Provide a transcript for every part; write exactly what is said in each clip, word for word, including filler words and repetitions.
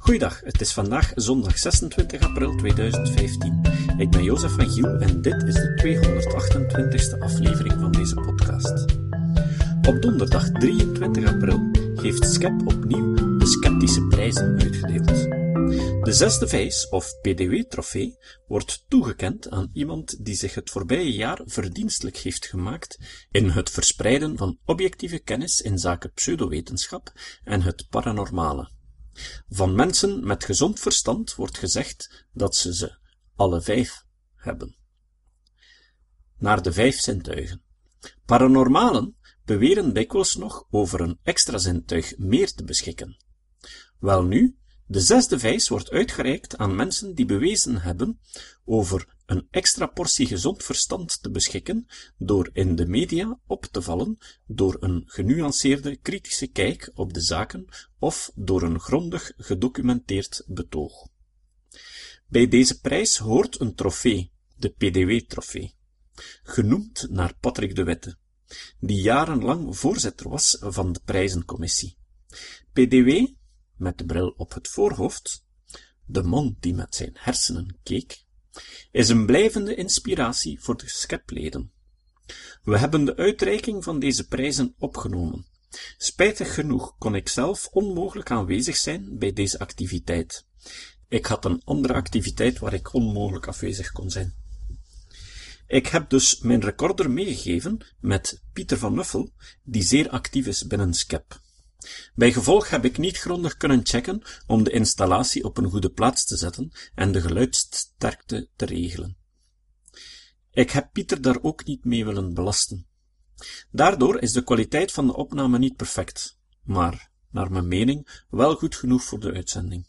Goeiedag, het is vandaag zondag zesentwintig april tweeduizend vijftien. Ik ben Jozef van Giel en dit is de tweehonderdachtentwintigste aflevering van deze podcast. Op donderdag drieëntwintig april heeft Skep opnieuw de Sceptische Prijzen uitgedeeld. De zesde Vijs, of P D W-trofee, wordt toegekend aan iemand die zich het voorbije jaar verdienstelijk heeft gemaakt in het verspreiden van objectieve kennis in zaken pseudowetenschap en het paranormale. Van mensen met gezond verstand wordt gezegd dat ze ze alle vijf hebben. Naar de vijf zintuigen. Paranormalen beweren dikwijls nog over een extra zintuig meer te beschikken. Welnu, de zesde Vijs wordt uitgereikt aan mensen die bewezen hebben over een extra portie gezond verstand te beschikken door in de media op te vallen door een genuanceerde kritische kijk op de zaken of door een grondig gedocumenteerd betoog. Bij deze prijs hoort een trofee, de P D W-trofee, genoemd naar Patrick de Witte, die jarenlang voorzitter was van de prijzencommissie. P D W, met de bril op het voorhoofd, de man die met zijn hersenen keek, is een blijvende inspiratie voor de Skep-leden. We hebben de uitreiking van deze prijzen opgenomen. Spijtig genoeg kon ik zelf onmogelijk aanwezig zijn bij deze activiteit. Ik had een andere activiteit waar ik onmogelijk afwezig kon zijn. Ik heb dus mijn recorder meegegeven met Pieter van Nuffel, die zeer actief is binnen Skep. Bij gevolg heb ik niet grondig kunnen checken om de installatie op een goede plaats te zetten en de geluidssterkte te regelen. Ik heb Pieter daar ook niet mee willen belasten. Daardoor is de kwaliteit van de opname niet perfect, maar, naar mijn mening, wel goed genoeg voor de uitzending.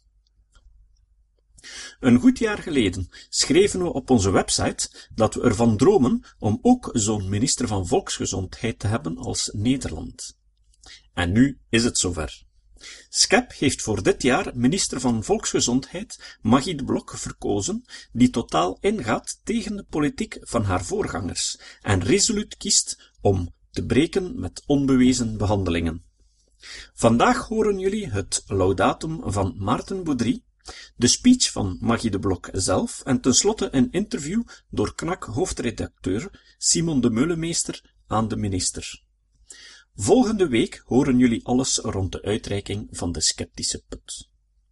Een goed jaar geleden schreven we op onze website dat we ervan dromen om ook zo'n minister van Volksgezondheid te hebben als Nederland. En nu is het zover. Skep heeft voor dit jaar minister van Volksgezondheid Maggie de Blok verkozen, die totaal ingaat tegen de politiek van haar voorgangers en resoluut kiest om te breken met onbewezen behandelingen. Vandaag horen jullie het laudatum van Maarten Boudry, de speech van Maggie de Blok zelf en tenslotte een interview door K N A K-hoofdredacteur Simon de Meulemeester aan de minister. Volgende week horen jullie alles rond de uitreiking van de Sceptische Put.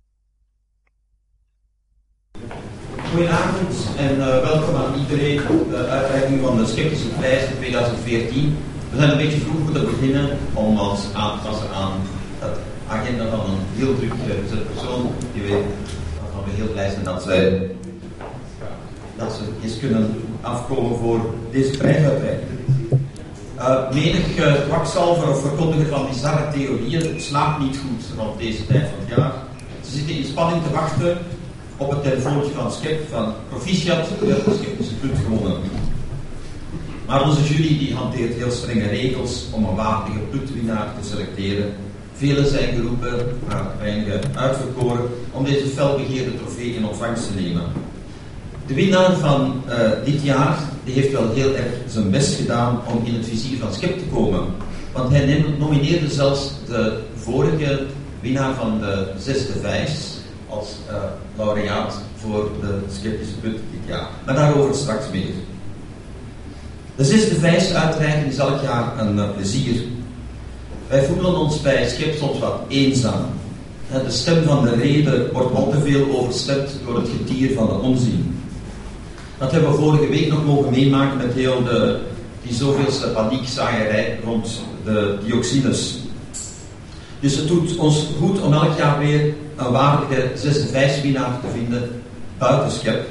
Goedenavond en uh, welkom aan iedereen op de uitreiking van de Sceptische Prijs in tweeduizend veertien. We zijn een beetje vroeg te beginnen om ons aan te passen aan het agenda van een heel druk gezet persoon. Die weet waarvan we heel blij zijn dat, zij, dat ze eens kunnen afkomen voor deze prijsuitreiking. Uh, menig uh, kwakzalver of verkondiger van bizarre theorieën slaapt niet goed rond deze tijd van het jaar. Ze zitten in spanning te wachten op het telefoontje van Skep van proficiat, u hebt de Sceptische Put gewonnen. Maar onze jury die hanteert heel strenge regels om een waardige putwinnaar te selecteren. Velen zijn geroepen, maar weinigen uitverkoren om deze felbegeerde trofee in ontvangst te nemen. De winnaar van uh, dit jaar die heeft wel heel erg zijn best gedaan om in het vizier van Skep te komen. Want hij nomineerde zelfs de vorige winnaar van de zesde Vijs als uh, laureaat voor de Sceptische Put dit jaar. Maar daarover straks meer. De zesde Vijs uitreiken is elk jaar een uh, plezier. Wij voelen ons bij Skep soms wat eenzaam. De stem van de rede wordt al te veel overstemd door het getier van de onzin. Dat hebben we vorige week nog mogen meemaken met heel de, die zoveelste paniekzaaierij rond de dioxines. Dus het doet ons goed om elk jaar weer een waardige zesde Vijswinnaar te vinden buiten Skep.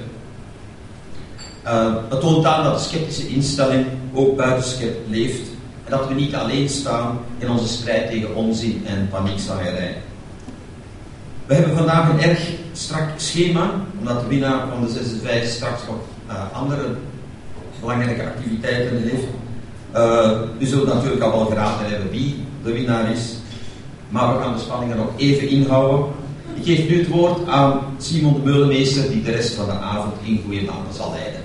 Uh, het toont aan dat de sceptische instelling ook buiten Skep leeft en dat we niet alleen staan in onze strijd tegen onzin en paniekzaaierij. We hebben vandaag een erg strak schema, omdat de winnaar van de zesde Vijs straks nog uh, andere belangrijke activiteiten heeft. Uh, u zult natuurlijk al wel geraden hebben wie de winnaar is, maar we gaan de spanningen nog even inhouden. Ik geef nu het woord aan Simon de Meulemeester, die de rest van de avond in goede handen zal leiden.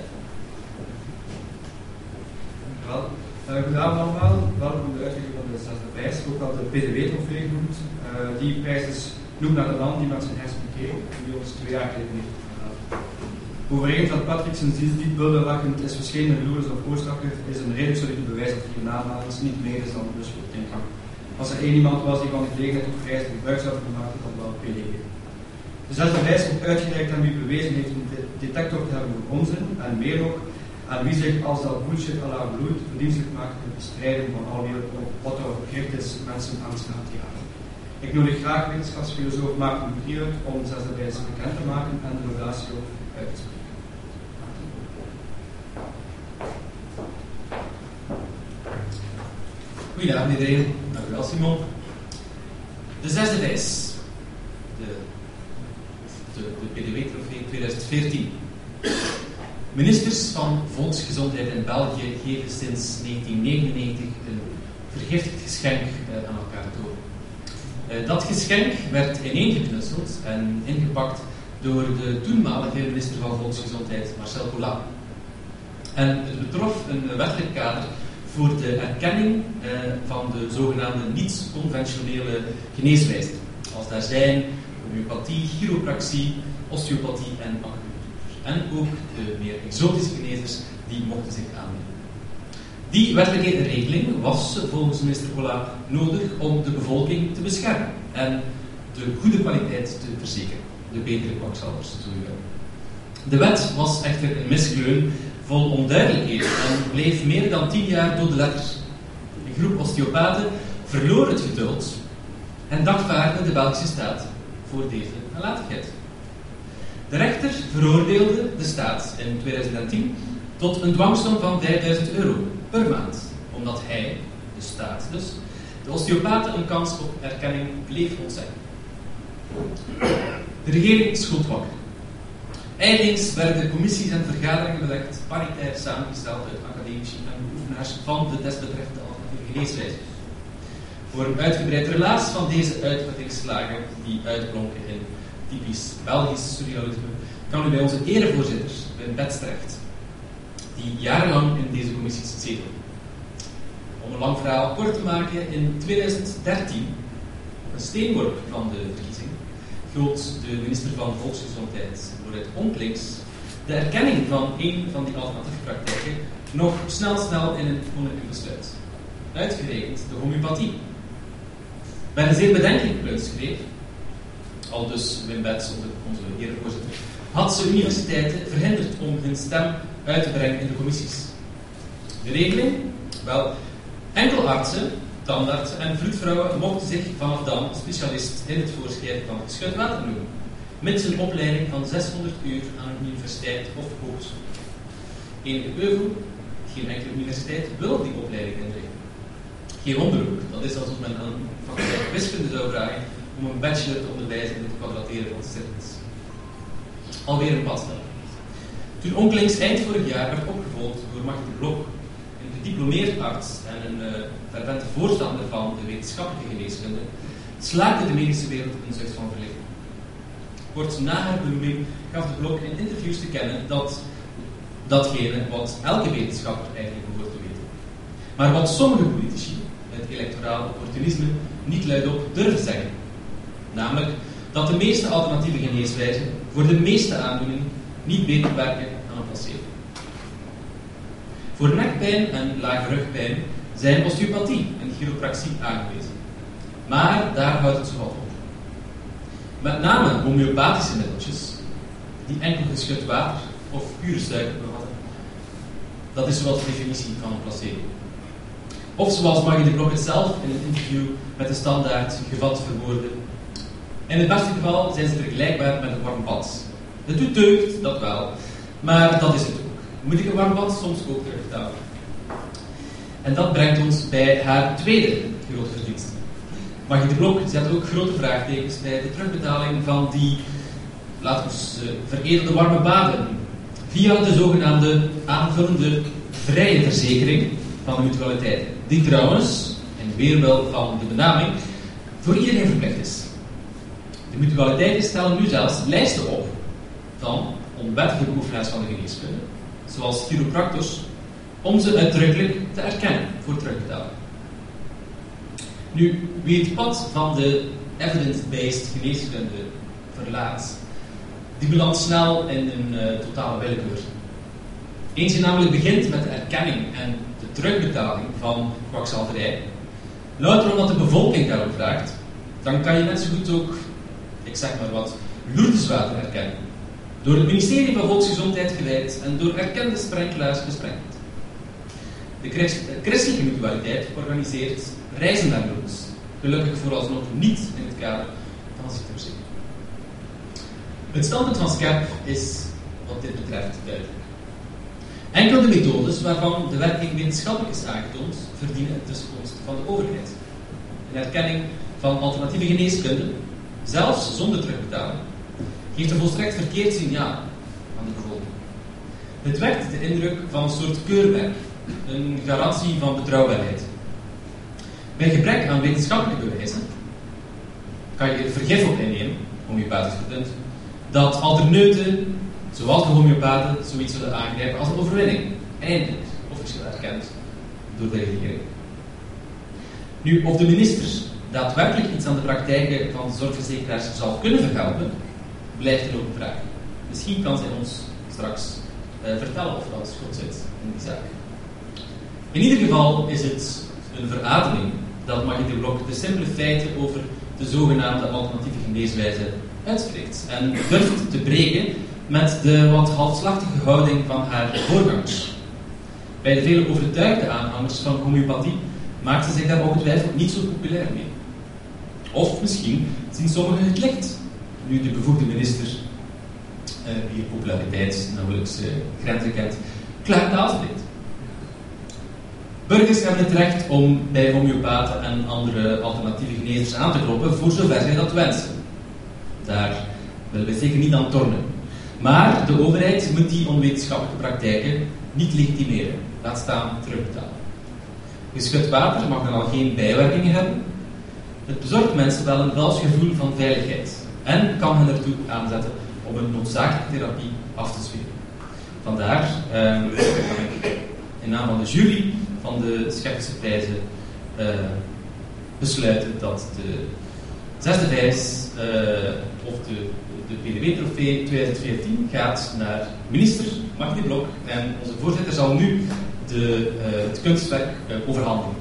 Dankjewel. Uh, goedenavond allemaal, welkom op de uitreiking van de zesde prijs, ook wel de P D W-trofee genoemd. Uh, die prijs is noem naar de man die met zijn hersen bekeek en die ons twee jaar geleden heeft verteld. Overeenend dat Patrick zijn zielsdiep bulderlachend is verschenen in Lourdes of Oostakker is een redelijk solide bewijs dat vier namaals niet meer is dan de schuldeningang. Als er één iemand was die van de gelegenheid op vrijheid gebruik zou hebben gemaakt, dan wel P D G. De zesde bewijs wordt uitgereikt aan wie bewezen heeft een de- detector te hebben voor onzin en meer nog aan wie zich als dat bullshit à la bloed verdienstelijk maakt in het bestrijden van al wie wat er gericht is mensen aan het gaan te jagen. Ik nodig graag wetenschapsfilosoof Maarten Butrier uit om de zesde bewijs bekend te maken en de laudatio uit te spreken. Goedenavond iedereen, dank u wel Simon. De zesde wijs, de, de, de P D W-trofee twintig veertien. Ministers van Volksgezondheid in België geven sinds negentien negenennegentig een vergiftigd geschenk uh, aan elkaar door. Uh, dat geschenk werd ineengeknutseld en ingepakt door de toenmalige minister van Volksgezondheid, Marcel Colas. En het betrof een wettelijk kader voor de erkenning eh, van de zogenaamde niet-conventionele geneeswijzen. Als daar zijn homeopathie, chiropractie, osteopathie en acupunctuur. En ook de meer exotische genezers die mochten zich aanbieden. Die wettelijke regeling was volgens minister Colas nodig om de bevolking te beschermen en de goede kwaliteit te verzekeren. De betere kwakzalvers, zo u wel. De wet was echter een miskleun vol onduidelijkheden en bleef meer dan tien jaar door de letters. Een groep osteopaten verloor het geduld en dagvaardde de Belgische staat voor deze nalatigheid. De rechter veroordeelde de staat in twintig tien tot een dwangsom van vijfduizend euro per maand, omdat hij, de staat dus, de osteopaten een kans op erkenning bleef ontzeggen. De regering schoot wakker. Eindelijks werden commissies en vergaderingen belegd, paritair samengesteld uit academici en beoefenaars van de desbetreffende alternatieve geneeswijze. Voor een uitgebreid relaas van deze uitputtingsslagen die uitblonken in typisch Belgisch surrealisme, kan u bij onze erevoorzitter, Wim Bedstrecht, die jarenlang in deze commissies zetelde. Om een lang verhaal kort te maken, in twintig dertien, op een steenworp van de verkiezing, goot de minister van Volksgezondheid, Laurette Onklings, de erkenning van een van die alternatieve praktijken nog snel snel in een koninklijk besluit. Uitgerekend de homeopathie. Bij een zeer bedenkelijk pluimschreef, al dus Wim Bets, onze, onze erevoorzitter, had ze universiteiten verhinderd om hun stem uit te brengen in de commissies. De regeling? Wel, enkel artsen, tandartsen en vroedvrouwen mochten zich vanaf dan specialist in het voorschrijven van geschut water noemen, mits een opleiding van zeshonderd uur aan een universiteit of hogeschool. Enige euvel, geen enkele universiteit wil die opleiding inrichten. Geen wonder ook, dat is alsof men aan een faculteit wiskunde zou vragen om een bachelor te onderwijzen in het kwadrateren van cirkels. Alweer een padstelling. Toen Onklings eind vorig jaar werd opgevolgd door Magde Blok, een gediplomeerd arts en een uh, fervente voorstander van de wetenschappelijke geneeskunde, slaakte de medische wereld een zucht van verlichting. Kort na haar benoeming gaf de Blok in interviews te kennen dat datgene wat elke wetenschapper eigenlijk behoort te weten, maar wat sommige politici, het electoraal opportunisme, niet luidop durven zeggen. Namelijk dat de meeste alternatieve geneeswijzen voor de meeste aandoeningen niet beter werken dan een placebo. Voor nekpijn en lage rugpijn zijn osteopathie en chiropractie aangewezen. Maar daar houdt het zo wat op. Met name homeopathische middeltjes, die enkel geschut water of pure suiker bevatten, dat is zoals de definitie van een placebo. Of zoals Maggie de Blok het zelf in een interview met de Standaard gevat verwoordde. In het beste geval zijn ze vergelijkbaar met een warm bad. Het doet deugd, dat wel, maar dat is het ook. Moet ik een warm bad soms ook terugbetalen? En dat brengt ons bij haar tweede grote verdienste. Maggie de Blok zet ook grote vraagtekens bij de terugbetaling van die, laten we eens uh, veredelde warme baden, via de zogenaamde aanvullende vrije verzekering van de mutualiteiten, die trouwens, in weerwil van de benaming, voor iedereen verplicht is. De mutualiteiten stellen nu zelfs lijsten op van onwettige beoefenaars van de geneeskunde, zoals chiropractors, om ze uitdrukkelijk te erkennen voor terugbetaling. Nu, wie het pad van de evidence-based geneeskunde verlaat, die belandt snel in een uh, totale willekeur. Eens je namelijk begint met de erkenning en de terugbetaling van kwakzalverij, louter omdat de bevolking daarop vraagt, dan kan je net zo goed ook, ik zeg maar wat, Lourdeswater herkennen. Door het ministerie van Volksgezondheid gewijd en door erkende sprenkelaars besprenkeld. De christ- christelijke mutualiteit organiseert reizen naar Lourdes, gelukkig vooralsnog niet in het kader van ziekteverzekering. Het standpunt van S C E P is wat dit betreft duidelijk. Enkel de methodes waarvan de werking wetenschappelijk is aangetoond, verdienen het tussenkomst van de overheid. Een erkenning van alternatieve geneeskunde, zelfs zonder terugbetaling, geeft een volstrekt verkeerd signaal aan de bevolking. Het wekt de indruk van een soort keurmerk, een garantie van betrouwbaarheid. Bij gebrek aan wetenschappelijke bewijzen kan je er vergif op innemen, homeopathisch gedund, dat alterneuten, zoals de homeopaten, zoiets zullen aangrijpen als een overwinning, eindelijk officieel erkend door de regering. Nu, of de minister daadwerkelijk iets aan de praktijken van de zorgverzekeraars zal kunnen verhelpen, blijft een open vraag. Misschien kan zij ons straks uh, vertellen of er al schuld zit in die zaak. In ieder geval is het een verademing dat Magie de Blok de simpele feiten over de zogenaamde alternatieve geneeswijze uitspreekt en durft te breken met de wat halfslachtige houding van haar voorgangers. Bij de vele overtuigde aanhangers van homeopathie maakt ze zich daar ongetwijfeld niet zo populair mee. Of misschien zien sommigen het licht, nu de bevoegde minister, uh, wier populariteit nauwelijks uh, grenzen kent, klaar taal spreekt. Burgers hebben het recht om bij homeopaten en andere alternatieve genezers aan te kloppen, voor zover zij dat wensen. Daar willen we zeker niet aan tornen. Maar de overheid moet die onwetenschappelijke praktijken niet legitimeren, laat staan terugbetalen. Geschud water mag dan al geen bijwerkingen hebben. Het bezorgt mensen wel een vals gevoel van veiligheid en kan hen ertoe aanzetten om een noodzakelijke therapie af te zweren. Vandaar eh, kan ik in naam van de jury van de Scheptische Prijzen uh, besluiten dat de zesde prijs, uh, of de, de P D W-trofee twintig veertien, gaat naar minister Magie de Blok. En onze voorzitter zal nu de, uh, het kunstwerk uh, overhandigen.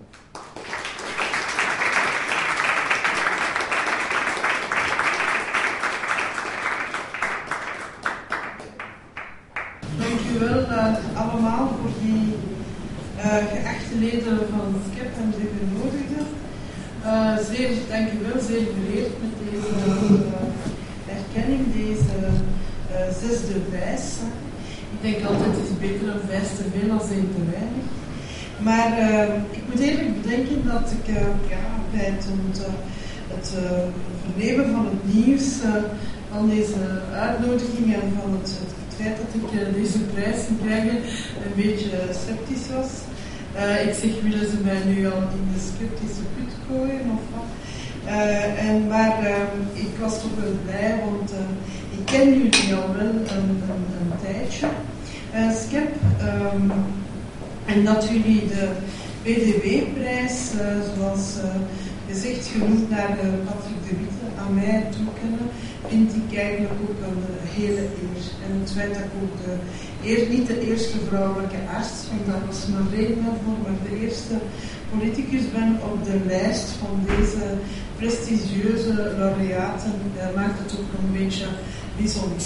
Dank u wel uh, allemaal voor die Uh, geachte leden van S C E P en de genodigden. Uh, zeer, dank u wel, zeer vereerd met deze uh, erkenning, deze uh, zesde prijs. Ik denk altijd, het is beter een vijf te veel dan één te weinig. Maar uh, ik moet eerlijk bedenken dat ik uh, ja, bij het, uh, het uh, vernemen van het nieuws uh, van deze uitnodiging en van het, het feit dat ik uh, deze prijs ging krijgen een beetje sceptisch was. Uh, ik zeg, willen ze mij nu al in de sceptische put gooien of wat? Uh, en, maar uh, ik was toch wel blij, want uh, ik ken jullie al wel een, een, een tijdje, uh, S C E P. Um, en dat jullie de P D W-prijs, uh, zoals uh, gezegd, genoemd naar uh, Patrick de Witte, aan mij toekennen, vind ik eigenlijk ook een hele eer. En het feit dat ik ook de eer, niet de eerste vrouwelijke arts, want dat was maar reden voor, maar de eerste politicus ben op de lijst van deze prestigieuze laureaten, dat maakt het ook nog een beetje bijzonder.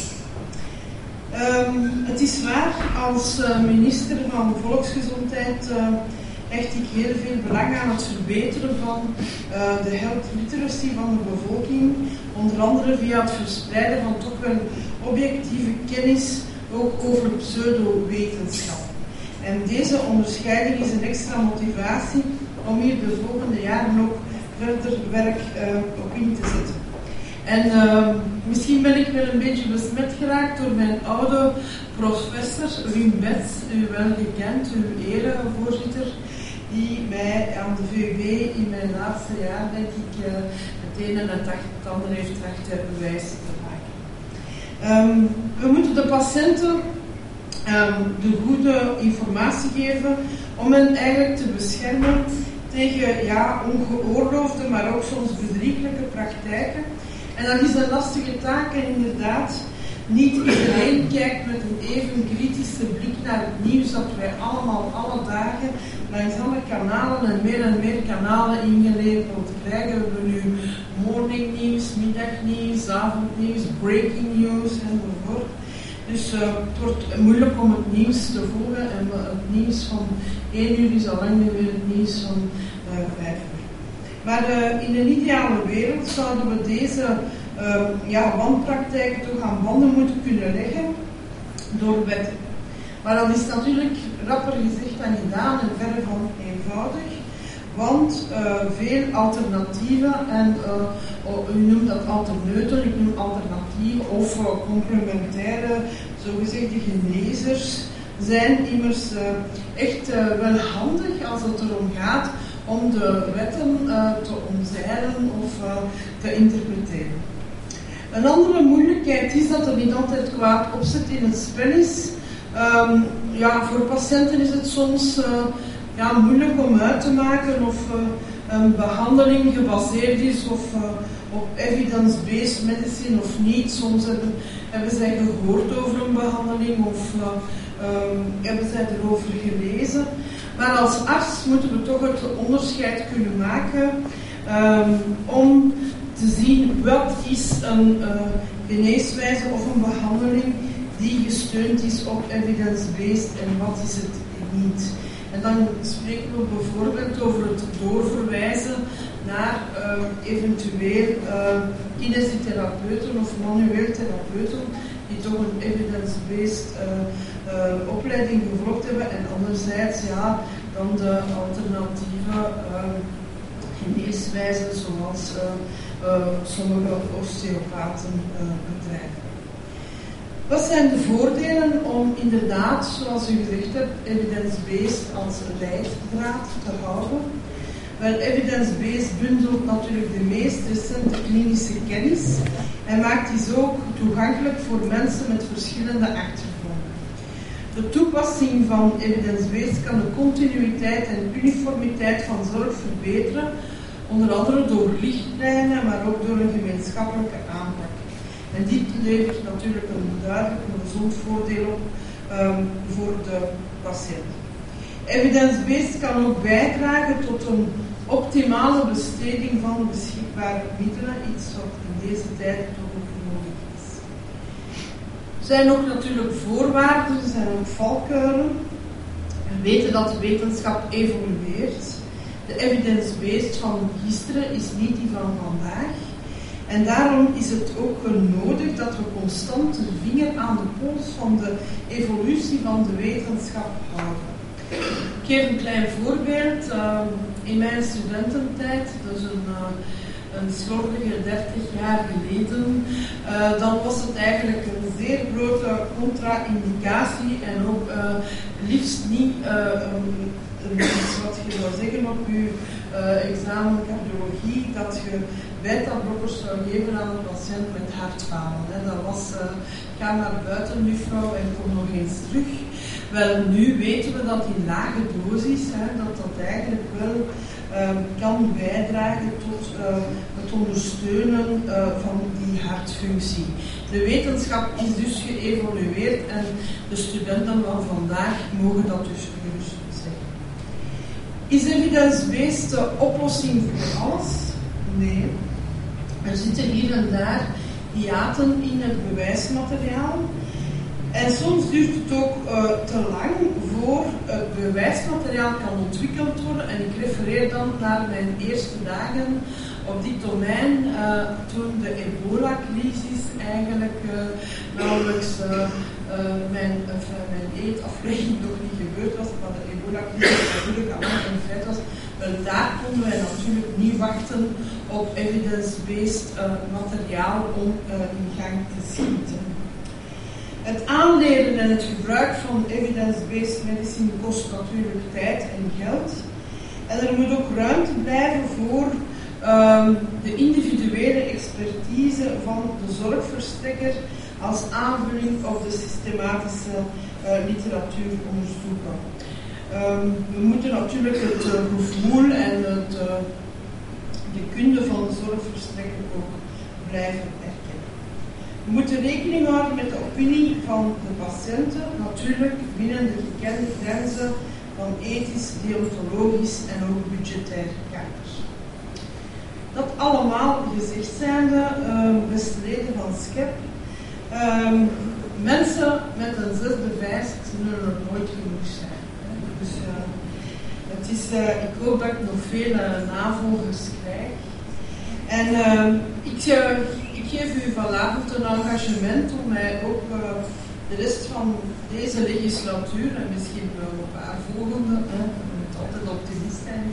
Um, het is waar, als uh, minister van Volksgezondheid uh, hecht ik heel veel belang aan het verbeteren van uh, de health literacy van de bevolking, onder andere via het verspreiden van toch wel objectieve kennis, ook over pseudo-wetenschap. En deze onderscheiding is een extra motivatie om hier de volgende jaren ook verder werk uh, op in te zetten. En uh, misschien ben ik wel een beetje besmet geraakt door mijn oude professor Wim Bets, u wel gekend, uw erevoorzitter, die mij aan de V U W in mijn laatste jaar, denk ik, uh, het ene en het ander heeft trachten bewijs te maken. Um, we moeten de patiënten um, de goede informatie geven om hen eigenlijk te beschermen tegen ja, ongeoorloofde, maar ook soms bedrieglijke praktijken. En dat is een lastige taak en inderdaad, niet iedereen kijkt met een even kritische blik naar het nieuws dat wij allemaal alle dagen langs alle kanalen en meer en meer kanalen ingeleverd krijgen. We hebben nu morningnieuws, middagnieuws, avondnieuws, breaking news enzovoort. Dus uh, het wordt moeilijk om het nieuws te volgen en het nieuws van één uur is al lang niet meer het nieuws van uh, vijf uur. Maar uh, in een ideale wereld zouden we deze uh, ja, wanpraktijken toch aan banden moeten kunnen leggen door wetten. Maar dat is natuurlijk rapper gezegd dan gedaan en verre van eenvoudig. Want uh, veel alternatieven, en uh, oh, u noemt dat alterneuten, ik noem alternatieven of uh, complementaire, zogezegde genezers, zijn immers uh, echt uh, wel handig als het erom gaat om de wetten uh, te omzeilen of uh, te interpreteren. Een andere moeilijkheid is dat er niet altijd kwaad opzet in het spel is. Um, ja, voor patiënten is het soms uh, ja, moeilijk om uit te maken of uh, een behandeling gebaseerd is of uh, op evidence-based medicine of niet. Soms hebben, hebben zij gehoord over een behandeling of uh, um, hebben zij erover gelezen. Maar als arts moeten we toch het onderscheid kunnen maken um, om te zien wat is een uh, geneeswijze of een behandeling die gesteund is op evidence-based en wat is het niet. En dan spreken we bijvoorbeeld over het doorverwijzen naar uh, eventueel uh, kinesitherapeuten of manueel therapeuten die toch een evidence-based uh, uh, opleiding gevolgd hebben en anderzijds ja, dan de alternatieve uh, geneeswijzen zoals uh, uh, sommige osteopaten uh, bedrijven. Wat zijn de voordelen om inderdaad, zoals u gezegd hebt, evidence-based als leidraad te houden? Wel, evidence-based bundelt natuurlijk de meest recente klinische kennis en maakt die zo toegankelijk voor mensen met verschillende achtergronden. De toepassing van evidence-based kan de continuïteit en uniformiteit van zorg verbeteren, onder andere door richtlijnen, maar ook door een gemeenschappelijke aanpak. En dit levert natuurlijk een duidelijk een gezond voordeel op um, voor de patiënt. Evidence-based kan ook bijdragen tot een optimale besteding van de beschikbare middelen, iets wat in deze tijd toch ook nodig is. Er zijn ook natuurlijk voorwaarden, er zijn ook valkuilen. We weten dat de wetenschap evolueert. De evidence-based van gisteren is niet die van vandaag. En daarom is het ook nodig dat we constant de vinger aan de pols van de evolutie van de wetenschap houden. Ik geef een klein voorbeeld. Uh, in mijn studententijd, dus een, uh, een slordige dertig jaar geleden, uh, dan was het eigenlijk een zeer grote contra-indicatie en ook uh, liefst niet uh, een, een, iets wat je zou zeggen op je uh, examen cardiologie, dat je beta-blokkers zou geven aan een patiënt met hartfalen. Hè. Dat was, uh, ga naar buiten juffrouw en kom nog eens terug. Wel, nu weten we dat in lage dosis, hè, dat dat eigenlijk wel uh, kan bijdragen tot uh, het ondersteunen uh, van die hartfunctie. De wetenschap is dus geëvolueerd en de studenten van vandaag mogen dat dus gerust zeggen. Is evidence-based de oplossing voor alles? Nee. Er zitten hier en daar hiaten in het bewijsmateriaal. En soms duurt het ook uh, te lang voor het bewijsmateriaal kan ontwikkeld worden. En ik refereer dan naar mijn eerste dagen op dit domein, uh, toen de ebola-crisis eigenlijk uh, nauwelijks uh, uh, mijn, uh, mijn eetaflegging nog niet gebeurd was, maar de ebola-crisis natuurlijk al lang een feit was. Wel, daar konden wij natuurlijk niet wachten op evidence-based uh, materiaal om uh, in gang te schieten. Het aanleren en het gebruik van evidence-based medicine kost natuurlijk tijd en geld. En er moet ook ruimte blijven voor um, de individuele expertise van de zorgverstrekker als aanvulling op de systematische uh, literatuuronderzoeken. Um, we moeten natuurlijk het uh, gevoel en het, uh, de kunde van de zorgverstrekker ook blijven erkennen. We moeten rekening houden met de opinie van de patiënten, natuurlijk binnen de gekende grenzen van ethisch, deontologisch en ook budgetair kaders. Dat allemaal gezegd zijnde, uh, beste leden van S C E P, um, mensen met een zesde vijs zullen er nooit genoeg zijn. Dus uh, het is, uh, ik hoop dat ik nog veel uh, navolgers krijg. En uh, ik, uh, ik geef u vanavond een engagement om mij ook uh, de rest van deze legislatuur, en misschien wel een paar volgende, hè, je moet altijd optimist zijn,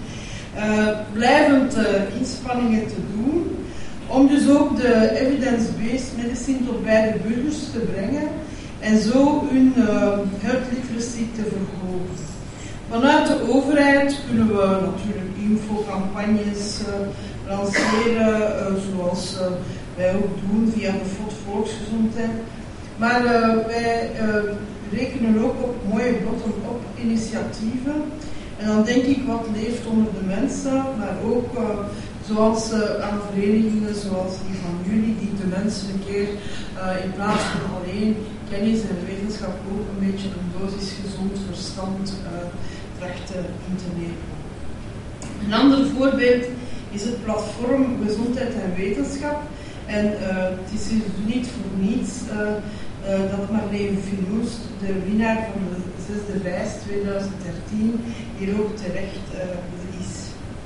uh, blijvend uh, inspanningen te doen, om dus ook de evidence-based medicine tot bij de burgers te brengen en zo hun uh, health literacy te verhogen. Vanuit de overheid kunnen we natuurlijk infocampagnes uh, lanceren, uh, zoals uh, wij ook doen via de F O D Volksgezondheid. Maar uh, wij uh, rekenen ook op mooie bottom-up initiatieven. En dan denk ik wat leeft onder de mensen, maar ook uh, zoals uh, aan verenigingen zoals die van jullie, die de mensen een keer uh, in plaats van alleen kennis en wetenschap ook een beetje een dosis gezond verstand uh, trachten in te nemen. Een ander voorbeeld is het platform Gezondheid en Wetenschap. En uh, het is dus niet voor niets uh, uh, dat Marleen Finoest, de winnaar van de zesde prijs twintig dertien, hier ook terecht uh, is.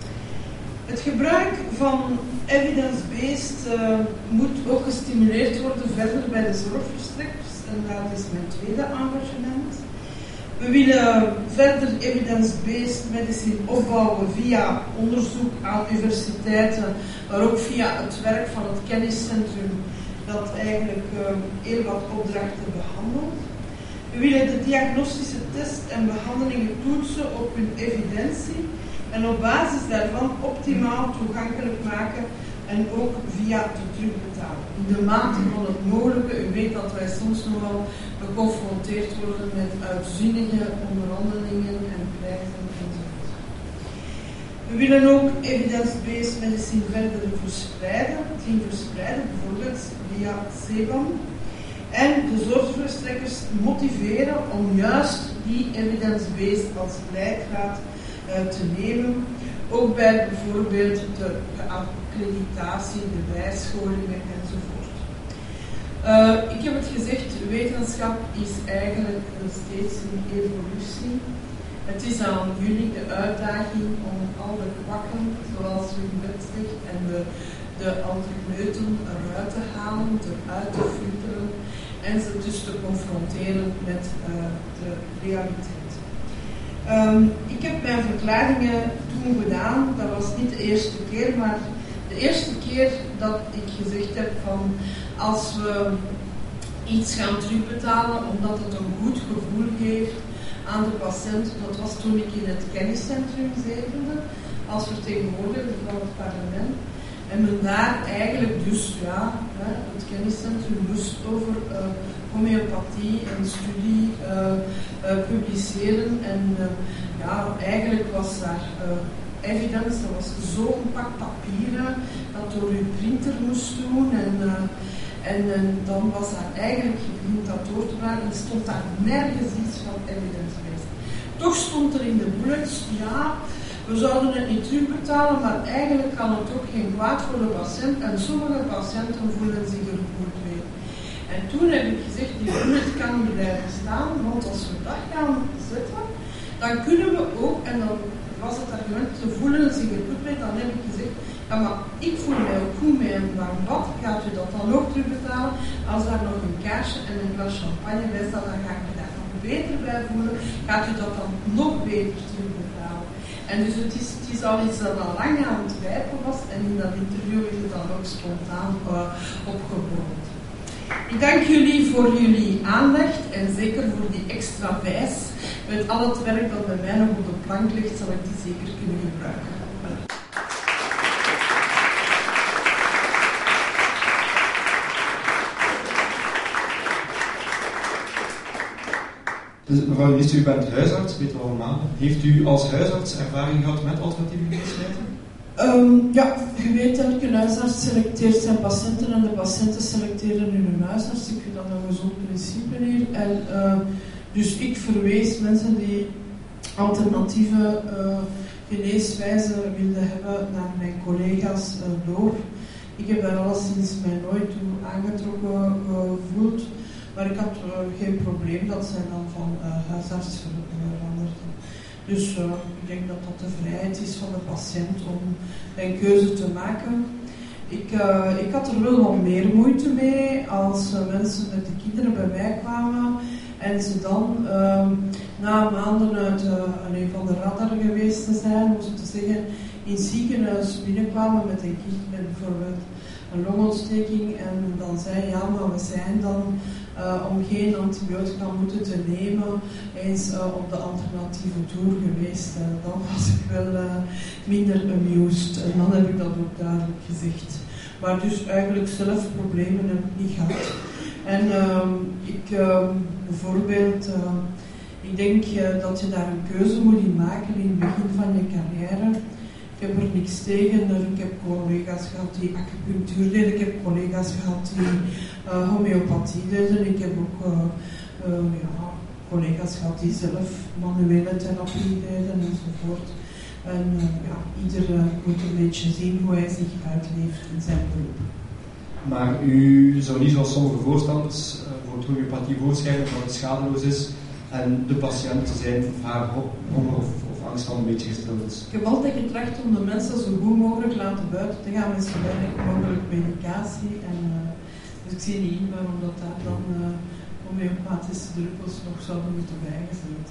Het gebruik van evidence-based uh, moet ook gestimuleerd worden verder bij de zorgverstrekkers. En dat is mijn tweede engagement. We willen verder evidence-based medicine opbouwen via onderzoek aan universiteiten, maar ook via het werk van het kenniscentrum dat eigenlijk uh, heel wat opdrachten behandelt. We willen de diagnostische test en behandelingen toetsen op hun evidentie en op basis daarvan optimaal toegankelijk maken en ook via de terugbetaling. In de mate van het mogelijke, u weet dat wij soms nog wel geconfronteerd worden met uitzinnige onderhandelingen en prijzen enzovoort. We willen ook evidence-based medicine verder verspreiden, zien verspreiden, bijvoorbeeld via C E B A M. En de zorgverstrekkers motiveren om juist die evidence-based als leidraad uh, te nemen. Ook bij bijvoorbeeld de accreditatie, de bijscholingen enzovoort. Uh, ik heb het gezegd, wetenschap is eigenlijk steeds een evolutie. Het is aan jullie de uitdaging om al de kwakken, zoals u net zegt, en de, de antropneuten eruit te halen, eruit te filteren en ze dus te confronteren met uh, de realiteit. Um, ik heb mijn verklaringen toen gedaan, dat was niet de eerste keer, maar de eerste keer dat ik gezegd heb van als we iets gaan terugbetalen omdat het een goed gevoel geeft aan de patiënt, dat was toen ik in het kenniscentrum zetelde als vertegenwoordiger van het parlement. En men daar eigenlijk dus, ja, het kenniscentrum moest over uh, homeopathie en studie uh, uh, publiceren. En uh, ja, eigenlijk was daar uh, evidence, dat was zo'n pak papieren dat door uw printer moest doen. En, uh, en, en dan was daar eigenlijk gediend dat door te brengen en stond daar nergens iets van evidence-based. Toch stond er in de bullets, ja, we zouden het niet terugbetalen, maar eigenlijk kan het ook geen kwaad voor de patiënt en sommige patiënten voelen zich er goed mee. En toen heb ik gezegd, die bullet kan niet blijven staan, want als we dat gaan zetten, dan kunnen we ook, en dan was het argument, ze voelen zich er goed mee, dan heb ik gezegd, ja maar ik voel mij ook goed mee en waarom wat, gaat u dat dan ook terugbetalen? Als daar nog een kaarsje en een glas champagne bij staat, dan ga ik me daar nog beter bij voelen, gaat u dat dan nog beter terugbetalen? En dus het is, het is al iets dat al lang aan het wijpen was en in dat interview is het dan ook spontaan uh, opgeborreld. Ik dank jullie voor jullie aandacht en zeker voor die extra wijs. Met al het werk dat bij mij nog op de plank ligt, zal ik die zeker kunnen gebruiken. Dus, mevrouw de minister, u bent huisarts, weet u allemaal. Heeft u als huisarts ervaring gehad met alternatieve geneeswijzen? Um, ja, je weet, elke huisarts selecteert zijn patiënten en de patiënten selecteren hun huisarts. Ik vind dat een gezond principe hier. En, uh, dus ik verwees mensen die alternatieve uh, geneeswijzen wilden hebben naar mijn collega's uh, door. Ik heb daar alleszins mij nooit toe aangetrokken gevoeld, uh, maar ik had uh, geen probleem dat zij dan van uh, huisarts veranderden. Dus uh, ik denk dat dat de vrijheid is van de patiënt om een keuze te maken. Ik, uh, ik had er wel wat meer moeite mee als uh, mensen met de kinderen bij mij kwamen en ze dan uh, na maanden uit uh, een van de radar geweest te zijn, om zo te zeggen, in het ziekenhuis binnenkwamen met een kind met bijvoorbeeld een longontsteking en dan zei ja, maar we zijn dan uh, om geen antibiotica moeten te nemen eens uh, op de alternatieve tour geweest. Uh, dan was ik wel uh, minder amused en dan heb ik dat ook duidelijk gezegd. Maar dus eigenlijk zelf problemen heb ik niet gehad. En uh, ik uh, bijvoorbeeld, uh, ik denk uh, dat je daar een keuze moet in maken in het begin van je carrière. Ik heb er niks tegen. Ik heb collega's gehad die acupunctuur deden. Ik heb collega's gehad die uh, homeopathie deden. Ik heb ook uh, uh, ja, collega's gehad die zelf manuele therapie deden enzovoort. En uh, ja, ieder uh, moet een beetje zien hoe hij zich uitleeft in zijn beroep. Maar u zou niet zoals sommige voorstanders uh, voor homeopathie voorschrijven dat het schadeloos is en de patiënt zijn of haar honger of angst al een beetje gesteld is. Ik heb altijd getracht om de mensen zo goed mogelijk laten buiten te gaan met zo weinig mogelijk medicatie. En, uh, dus ik zie niet in waarom dat daar dan uh, homeopathische druppels nog zouden moeten bijgezet.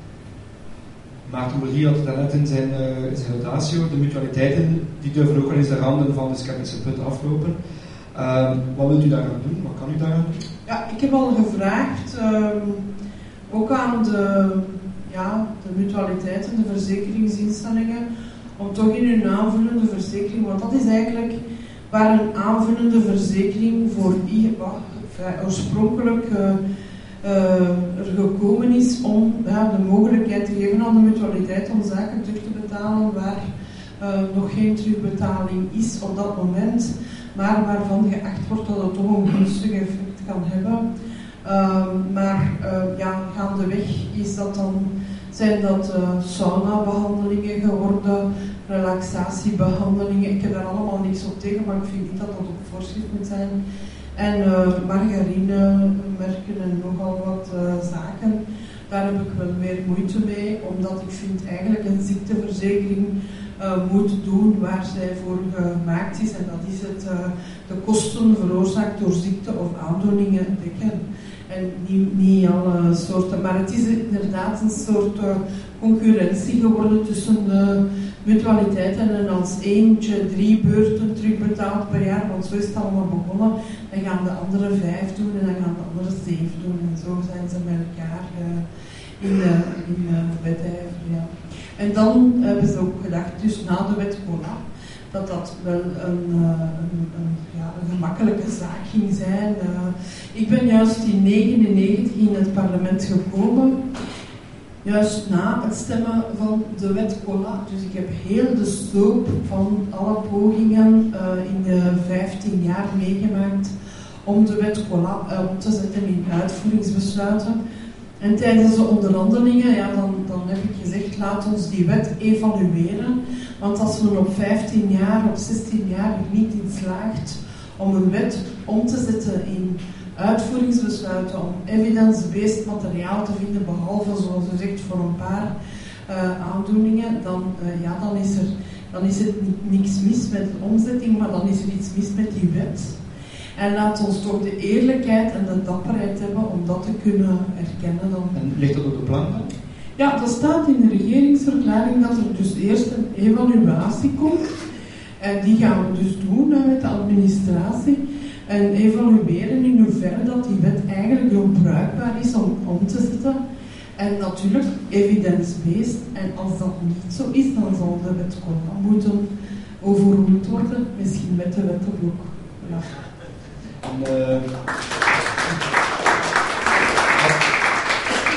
Maarten Bourdieu had het daarnet in zijn, uh, in zijn notatio, de mutualiteiten, die durven ook wel eens de randen van de sceptische put aflopen. Uh, wat wilt u daaraan doen? Wat kan u daaraan doen? Ja, ik heb al gevraagd, um, ook aan de Ja, de mutualiteiten, de verzekeringsinstellingen, om toch in hun aanvullende verzekering, want dat is eigenlijk waar een aanvullende verzekering voor wat oorspronkelijk uh, uh, er gekomen is om ja, de mogelijkheid te geven aan de mutualiteit om zaken terug te betalen waar uh, nog geen terugbetaling is op dat moment, maar waarvan geacht wordt dat het toch een gunstig effect kan hebben. Uh, maar uh, ja, gaandeweg is dat dan, zijn dat uh, sauna-behandelingen geworden, relaxatiebehandelingen. Ik heb daar allemaal niks op tegen, maar ik vind niet dat dat op voorschrift moet zijn. En uh, margarinemerken en nogal wat uh, zaken, daar heb ik wel meer moeite mee, omdat ik vind eigenlijk een ziekteverzekering uh, moet doen waar zij voor gemaakt is. En dat is het uh, de kosten veroorzaakt door ziekte of aandoeningen dekken. En niet, niet alle soorten, maar het is inderdaad een soort uh, concurrentie geworden tussen de mutualiteiten. En als eentje drie beurten terugbetaalt per jaar, want zo is het allemaal begonnen, dan gaan de andere vijf doen en dan gaan de andere zeven doen. En zo zijn ze met elkaar uh, in de, in de wedijver. Ja. En dan hebben ze ook gedacht, dus na de wet Cola, dat dat wel een, een, een, ja, een gemakkelijke zaak ging zijn. Uh, ik ben juist in negentien negenennegentig in het parlement gekomen, juist na het stemmen van de wet Cola. Dus ik heb heel de sloop van alle pogingen uh, in de vijftien jaar meegemaakt om de wet Cola uh, om te zetten in uitvoeringsbesluiten. En tijdens de onderhandelingen, ja, dan, dan heb ik gezegd, laat ons die wet evalueren. Want als we op vijftien jaar, op zestien jaar er niet in slaagt om een wet om te zetten in uitvoeringsbesluiten, om evidence-based materiaal te vinden, behalve, zoals u zegt, voor een paar uh, aandoeningen, dan, uh, ja, dan, is er, dan is er niks mis met de omzetting, maar dan is er iets mis met die wet. En laat ons toch de eerlijkheid en de dapperheid hebben om dat te kunnen erkennen. Dan. En ligt dat op de plan dan? Ja, dat staat in de regeringsverklaring dat er dus eerst een evaluatie komt. En die gaan we dus doen met de administratie. En evalueren in hoeverre dat die wet eigenlijk onbruikbaar is om om te zetten. En natuurlijk evidence-based. En als dat niet zo is, dan zal de wet Cola moeten overruled worden. Misschien met de wettenblok. Ja. En, uh, wat, wat een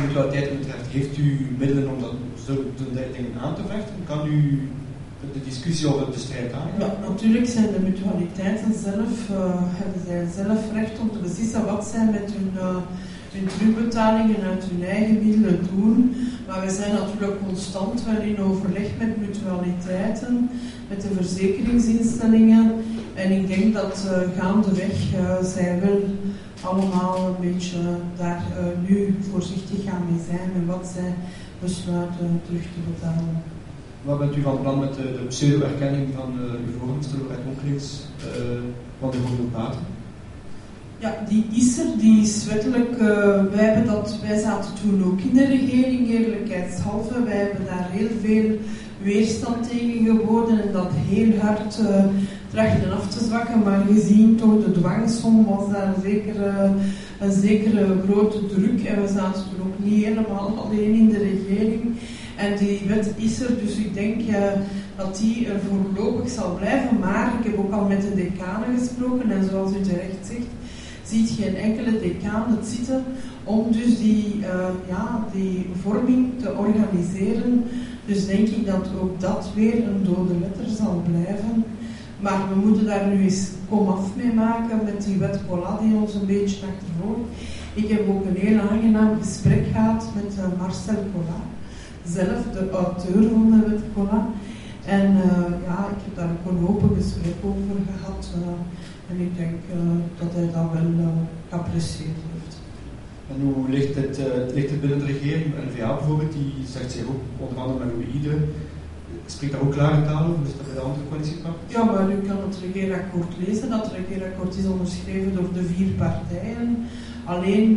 mutualiteiten betreft, heeft u middelen om dat zulke dingen aan te vechten? Kan u de discussie over de strijd aangaan? Ja, natuurlijk zijn de mutualiteiten zelf, uh, hebben zij zelf recht om te beslissen wat zij met hun, uh, hun terugbetalingen uit hun eigen middelen doen. Maar wij zijn natuurlijk constant wel in overleg met mutualiteiten, met de verzekeringsinstellingen. En ik denk dat uh, gaandeweg uh, zij wel allemaal een beetje daar uh, nu voorzichtig gaan mee zijn en wat zij besluiten terug te betalen. Wat bent u van plan met de, de pseudo-erkenning van uh, uw voorgangster Lorette Onkelings uh, van de homeopaten? Ja, die is er, die is wettelijk. Uh, wij, hebben dat, wij zaten toen ook in de regering, eerlijkheidshalve. Wij hebben daar heel veel weerstand tegen geboden en dat heel hard uh, trachten af te zwakken. Maar gezien toch de dwangsom was daar zeker, uh, een zekere grote druk. En we zaten toen ook niet helemaal alleen in de regering. En die wet is er, dus ik denk uh, dat die er voorlopig zal blijven. Maar ik heb ook al met de decanen gesproken en zoals u terecht zegt, ziet geen enkele decaan het zitten om dus die, uh, ja, die vorming te organiseren. Dus denk ik dat ook dat weer een dode letter zal blijven. Maar we moeten daar nu eens komaf mee maken met die wet Colas die ons een beetje achtervolgt. Ik heb ook een heel aangenaam gesprek gehad met uh, Marcel Colas, zelf de auteur van de wet Colas. En uh, ja, ik heb daar ook een open gesprek over gehad. Uh, En ik denk uh, dat hij dat wel uh, geapprecieerd heeft. En hoe ligt het, uh, ligt het binnen de regering? N V A bijvoorbeeld, die zegt zich ook onder andere met U I D E, spreekt daar ook klare taal over, dus dat bij de andere coalitiepartners? Ja, maar u kan het regeerakkoord lezen. Dat regeerakkoord is onderschreven door de vier partijen. Alleen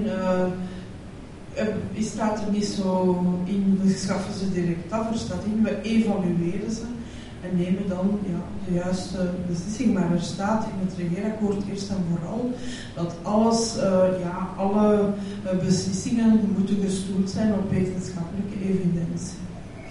uh, staat er niet zo in, we schaffen ze direct af, er staat in, we evalueren ze. En nemen dan ja, de juiste beslissing. Maar er staat in het regeerakkoord eerst en vooral dat alles, uh, ja, alle uh, beslissingen moeten gestoeld zijn op wetenschappelijke evidentie.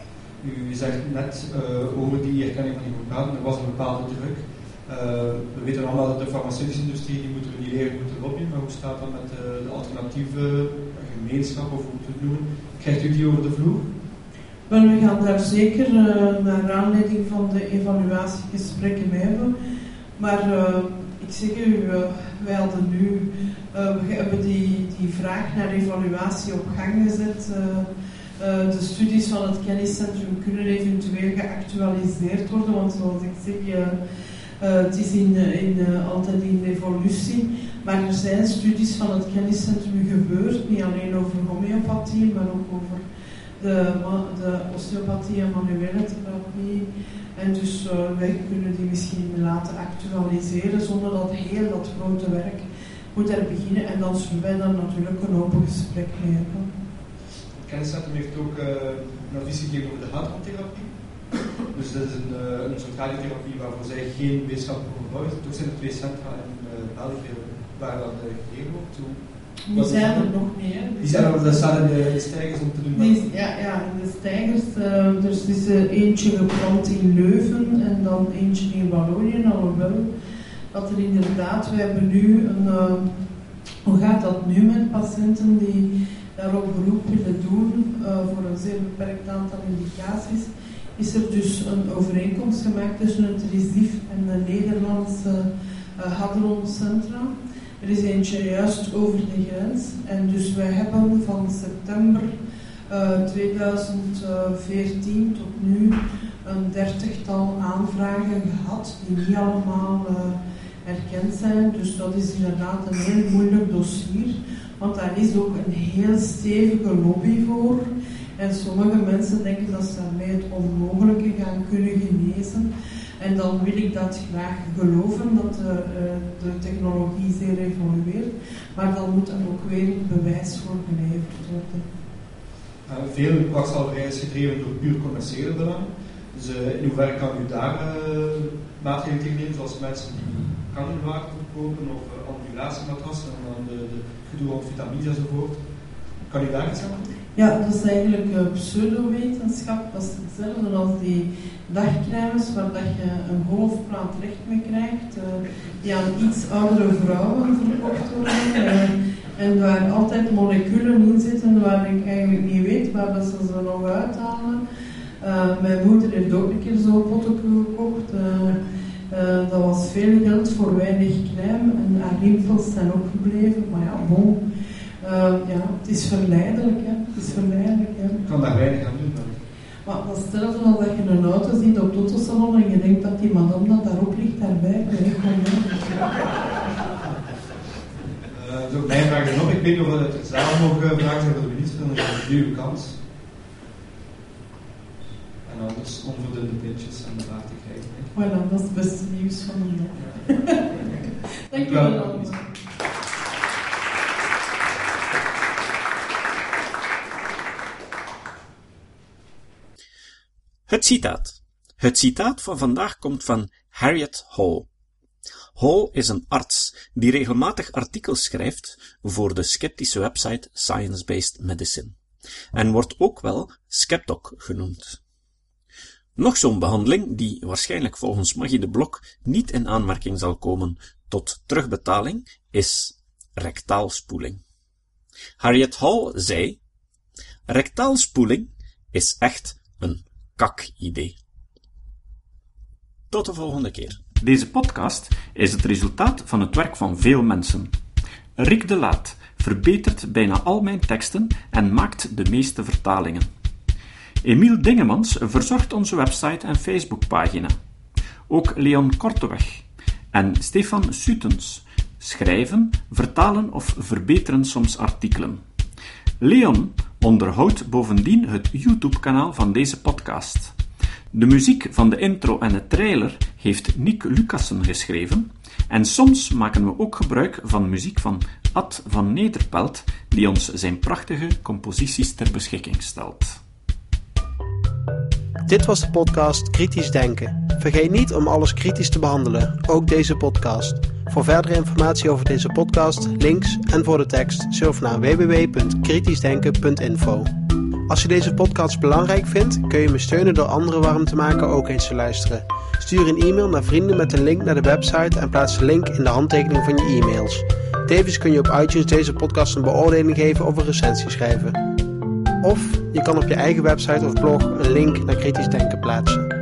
U zegt net uh, over die erkenning van die homeopaten, er was een bepaalde druk. Uh, we weten allemaal dat de farmaceutische industrie, die moeten reguleren, moeten lobbyen, maar hoe staat dat met uh, de alternatieve gemeenschap, of hoe moet het noemen? Krijgt u die over de vloer? Wel, we gaan daar zeker uh, naar aanleiding van de evaluatiegesprekken mee hebben. Maar uh, ik zeg u, uh, wij hadden nu, uh, we hebben die, die vraag naar evaluatie op gang gezet. Uh, uh, de studies van het kenniscentrum kunnen eventueel geactualiseerd worden, want zoals ik zeg, uh, uh, het is in, in, uh, altijd in evolutie. Maar er zijn studies van het kenniscentrum gebeurd, niet alleen over homeopathie, maar ook over De, de osteopathie en manuele therapie. En dus uh, wij kunnen die misschien laten actualiseren zonder dat heel dat grote werk moet er beginnen. En dan zullen wij dan natuurlijk een open gesprek mee hebben. Het kenniscentrum heeft ook uh, een advies gegeven over de haatroontherapie. Dus dat is een, uh, een soort radiotherapie waarvoor zij geen wetenschappelijke onderbouw is. Toch zijn er twee centra in uh, België waar dat uh, gegeven wordt. Zo. Die zijn er nog niet, hè? Die zijn er, dat staan in de stijgers om te doen. Die, ja, ja, in de stijgers. Uh, er is uh, eentje geplant in Leuven en dan eentje in Wallonië, alhoewel dat er inderdaad, we hebben nu een, uh, hoe gaat dat nu met patiënten die daarop beroep willen doen uh, voor een zeer beperkt aantal indicaties, is er dus een overeenkomst gemaakt tussen het R I S I F en de Nederlandse uh, Hadron Centra. Er is eentje juist over de grens en dus wij hebben van september uh, tweeduizend veertien tot nu een dertigtal aanvragen gehad die niet allemaal uh, erkend zijn. Dus dat is inderdaad een heel moeilijk dossier, want daar is ook een heel stevige lobby voor. En sommige mensen denken dat ze daarmee het onmogelijke gaan kunnen genezen. En dan wil ik dat graag geloven, dat de, de technologie zeer evolueert. Maar dan moet er ook weer bewijs voor geleverd worden. Uh, veel kwakzalverij is gedreven door puur commerciële belangen. Dus uh, in hoeverre kan u daar uh, maatregelen tegen nemen, zoals mensen die kankerwater verkopen of uh, ambulatiematrassen en dan de, de gedoe rond vitamines enzovoort. Kan u daar iets aan doen? Ja, dat is eigenlijk uh, pseudowetenschap. Dat is hetzelfde als die dagcremes waar dat je een golfplaat recht mee krijgt, uh, die aan iets oudere vrouwen verkocht worden. Uh, En waar altijd moleculen in zitten waar ik eigenlijk niet weet waar dat ze ze nog uithalen. Uh, mijn moeder heeft ook een keer zo'n potje gekocht. Uh, uh, dat was veel geld voor weinig crème en haar rimpels zijn ook gebleven. Maar ja, bon. Uh, ja, het is verleidelijk, hè. Het is verleidelijk, hè. Ik kan daar weinig aan doen. Dan. Maar dat stelt dan dat je een auto ziet op het autosalon en je denkt dat die madame dat daarop ligt daarbij. Nee, kom Uh, dat is ook mijn vraag erop. Ik weet niet of we het zelf nog uh, vragen zijn voor de minister, dan is het nu uw kans. En anders onverdunde pintjes en de aardigheid. Voilà, dat is het beste nieuws van de dag. Dank u wel allemaal. Het citaat. Het citaat van vandaag komt van Harriet Hall. Hall is een arts die regelmatig artikels schrijft voor de sceptische website Science-Based Medicine en wordt ook wel Skepdoc genoemd. Nog zo'n behandeling die waarschijnlijk volgens Maggie de Blok niet in aanmerking zal komen tot terugbetaling is rectaalspoeling. Harriet Hall zei: rectaalspoeling is echt een kak-idee. Tot de volgende keer. Deze podcast is het resultaat van het werk van veel mensen. Rick de Laat verbetert bijna al mijn teksten en maakt de meeste vertalingen. Emiel Dingemans verzorgt onze website en Facebookpagina. Ook Leon Korteweg en Stefan Sutens schrijven, vertalen of verbeteren soms artikelen. Leon onderhoudt bovendien het YouTube-kanaal van deze podcast. De muziek van de intro en de trailer heeft Nick Lucassen geschreven en soms maken we ook gebruik van muziek van Ad van Nederpelt, die ons zijn prachtige composities ter beschikking stelt. Dit was de podcast Kritisch Denken. Vergeet niet om alles kritisch te behandelen, ook deze podcast. Voor verdere informatie over deze podcast, links en voor de tekst, surf naar w w w punt kritisch denken punt info. Als je deze podcast belangrijk vindt, kun je me steunen door anderen warm te maken ook eens te luisteren. Stuur een e-mail naar vrienden met een link naar de website en plaats de link in de handtekening van je e-mails. Tevens kun je op iTunes deze podcast een beoordeling geven of een recensie schrijven. Of je kan op je eigen website of blog een link naar Kritisch Denken plaatsen.